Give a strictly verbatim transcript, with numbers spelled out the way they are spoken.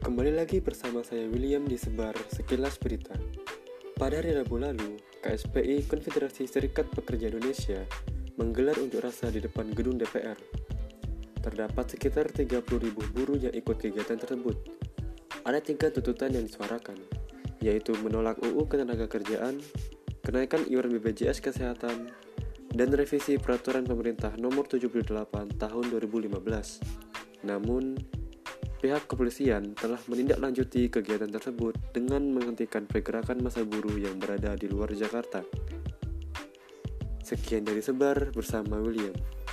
Kembali lagi bersama saya William di Sebar Sekilas Berita. Pada hari Rabu lalu, K S P I Konfederasi Serikat Pekerja Indonesia menggelar unjuk rasa di depan gedung D P R. Terdapat sekitar tiga puluh ribu buruh yang ikut kegiatan tersebut. Ada tiga tuntutan yang disuarakan, yaitu menolak U U Ketenagakerjaan, kenaikan iuran B P J S Kesehatan, dan revisi Peraturan Pemerintah Nomor tujuh puluh delapan Tahun dua ribu lima belas. Namun, pihak kepolisian telah menindaklanjuti kegiatan tersebut dengan menghentikan pergerakan massa buruh yang berada di luar Jakarta. Sekian dari Sebar bersama William.